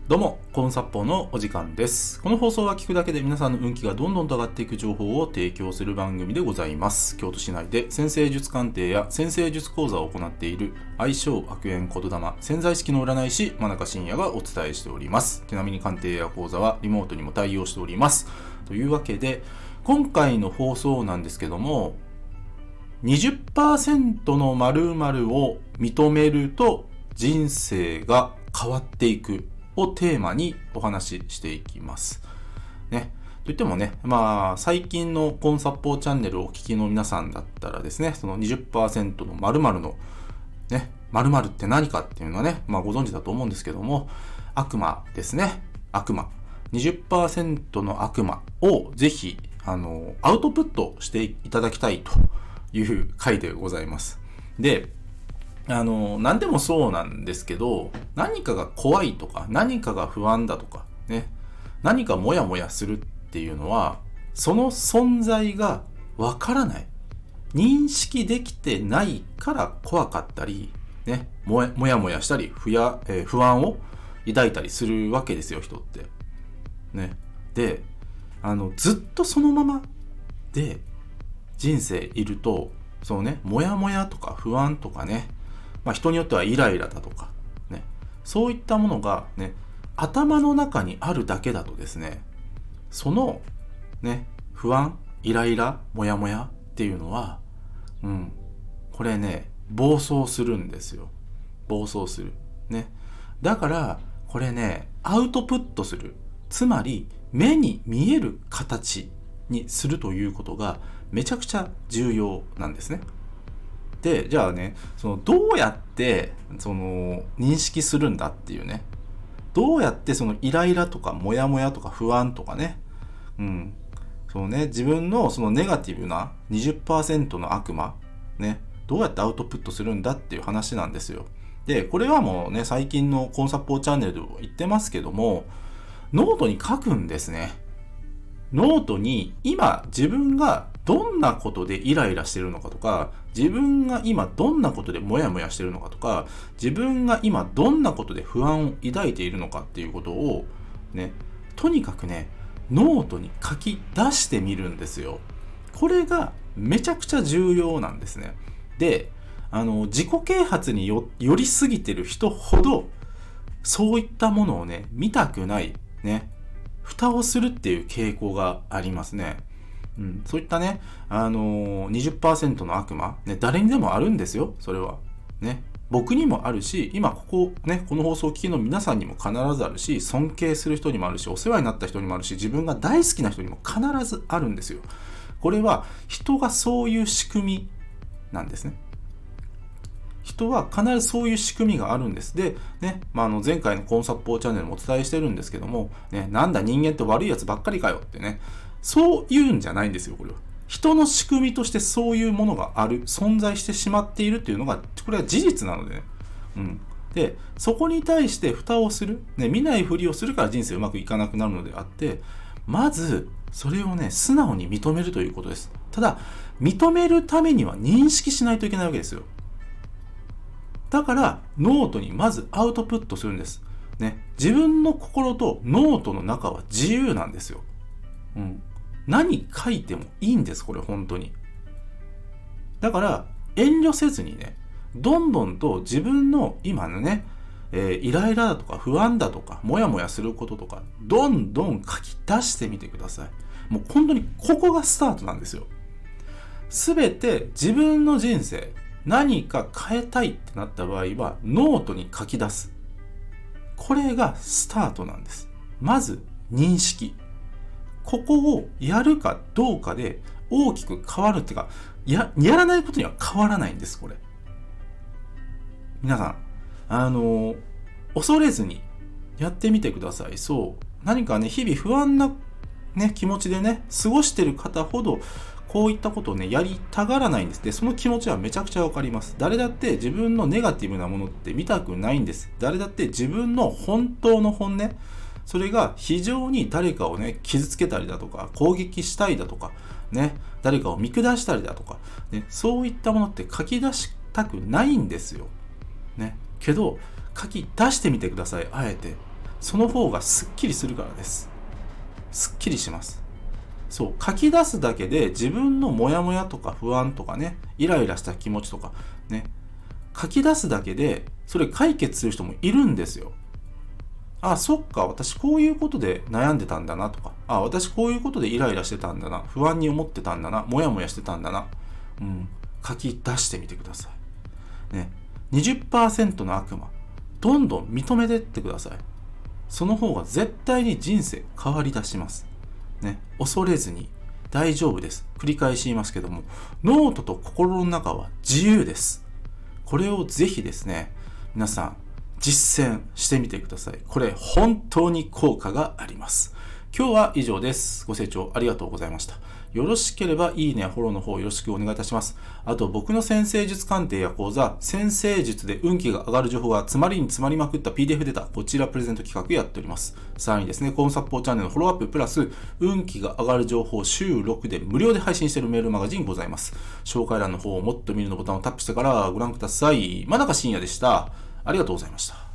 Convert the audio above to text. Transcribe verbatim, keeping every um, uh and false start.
どうも、コンサッポーのお時間です。この放送は聞くだけで皆さんの運気がどんどんと上がっていく情報を提供する番組でございます。京都市内で先生術鑑定や先生術講座を行っている愛称悪縁言霊潜在意識の占い師真中信也がお伝えしております。ちなみに鑑定や講座はリモートにも対応しております。というわけで、今回の放送なんですけども、にじゅっパーセント の〇〇を認めると人生が変わっていくをテーマにお話ししていきます。ね。といってもね、まあ、最近のコンサッポーチャンネルをお聞きの皆さんだったらですね、その にじゅっパーセント の〇〇の、ね、〇〇って何かっていうのはね、まあご存知だと思うんですけども、悪魔ですね。悪魔。にじゅっパーセント の悪魔をぜひ、あの、アウトプットしていただきたいという回でございます。で、あの、何でもそうなんですけど、何かが怖いとか、何かが不安だとか、ね、何かモヤモヤするっていうのは、その存在がわからない。認識できてないから怖かったり、ね、もやもやもやしたり、不や、えー、不安を抱いたりするわけですよ、人って。ね。で、あの、ずっとそのままで人生いると、そのね、もやもやとか不安とかね、まあ、人によってはイライラだとか、ね、そういったものが、ね、頭の中にあるだけだとですね、その、ね、不安、イライラ、モヤモヤっていうのは、うん、これね、暴走するんですよ。暴走する。ね。だから、これね、アウトプットする。つまり、目に見える形にするということがめちゃくちゃ重要なんですね。で、じゃあね、そのどうやってその認識するんだっていうね、どうやってそのイライラとかモヤモヤとか不安とかね、うん、そのね、自分のそのネガティブな にじゅっパーセント の悪魔ね、どうやってアウトプットするんだっていう話なんですよ。で、これはもうね、最近のコンサッポーチャンネルでも言ってますけども、ノートに書くんですね。ノートに今自分がどんなことでイライラしてるのかとか、自分が今どんなことでモヤモヤしてるのかとか、自分が今どんなことで不安を抱いているのかっていうことをね、とにかくね、ノートに書き出してみるんですよ。これがめちゃくちゃ重要なんですね。で、あの、自己啓発に よ, よりすぎてる人ほど、そういったものをね、見たくない、ね、蓋をするっていう傾向がありますね。うん、そういったね、あのー、にじゅっパーセント の悪魔、ね、誰にでもあるんですよ、それは。ね。僕にもあるし、今ここ、ね、この放送を聞きの皆さんにも必ずあるし、尊敬する人にもあるし、お世話になった人にもあるし、自分が大好きな人にも必ずあるんですよ。これは、人がそういう仕組みなんですね。人は必ずそういう仕組みがあるんです。で、ね、まあ、あの前回のコンサッポーチャンネルもお伝えしてるんですけども、ね、なんだ人間って悪いやつばっかりかよってね、そういうんじゃないんですよ、これは。人の仕組みとしてそういうものがある、存在してしまっているっていうのが、これは事実なのでね。うん。で、そこに対して蓋をする、ね、見ないふりをするから人生うまくいかなくなるのであって、まず、それをね、素直に認めるということです。ただ、認めるためには認識しないといけないわけですよ。だからノートにまずアウトプットするんです。ね、自分の心とノートの中は自由なんですよ。うん。何書いてもいいんです、これ本当に。だから遠慮せずにね、どんどんと自分の今のね、えー、イライラだとか不安だとか、モヤモヤすることとか、どんどん書き出してみてください。もう本当にここがスタートなんですよ。すべて自分の人生、何か変えたいってなった場合はノートに書き出す。これがスタートなんです。まず認識。ここをやるかどうかで大きく変わるっていうか、や、やらないことには変わらないんです、これ。皆さん、あの、恐れずにやってみてください。そう。何かね、日々不安な、ね、気持ちでね、過ごしてる方ほど、こういったことをね、やりたがらないんです。で、その気持ちはめちゃくちゃわかります。誰だって自分のネガティブなものって見たくないんです。誰だって自分の本当の本音、それが非常に誰かをね、傷つけたりだとか、攻撃したいだとか、ね、誰かを見下したりだとか、ね、そういったものって書き出したくないんですよ。ね。けど、書き出してみてください、あえて。 その方がすっきりするからです。すっきりします。そう、書き出すだけで自分のモヤモヤとか不安とかね、イライラした気持ちとかね、書き出すだけでそれ解決する人もいるんですよ。あ、そっか、私こういうことで悩んでたんだなとか、あ、私こういうことでイライラしてたんだな、不安に思ってたんだな、モヤモヤしてたんだな、うん、書き出してみてください。ね、にじゅっパーセント の悪魔、どんどん認めてってください。その方が絶対に人生変わり出します。ね、恐れずに大丈夫です。繰り返し言いますけども、ノートと心の中は自由です。これをぜひですね、皆さん実践してみてください。これ本当に効果があります。今日は以上です。ご清聴ありがとうございました。よろしければいいねやフォローの方よろしくお願いいたします。あと僕の占星術鑑定や講座、占星術で運気が上がる情報が詰まりに詰まりまくった ピーディーエフ データ、こちらプレゼント企画やっております。さらにですね、コーンサッポーチャンネルのフォローアッププラス、運気が上がる情報週ろくで無料で配信しているメールマガジンございます。紹介欄の方をもっと見るのボタンをタップしてからご覧ください。真中深也でした。ありがとうございました。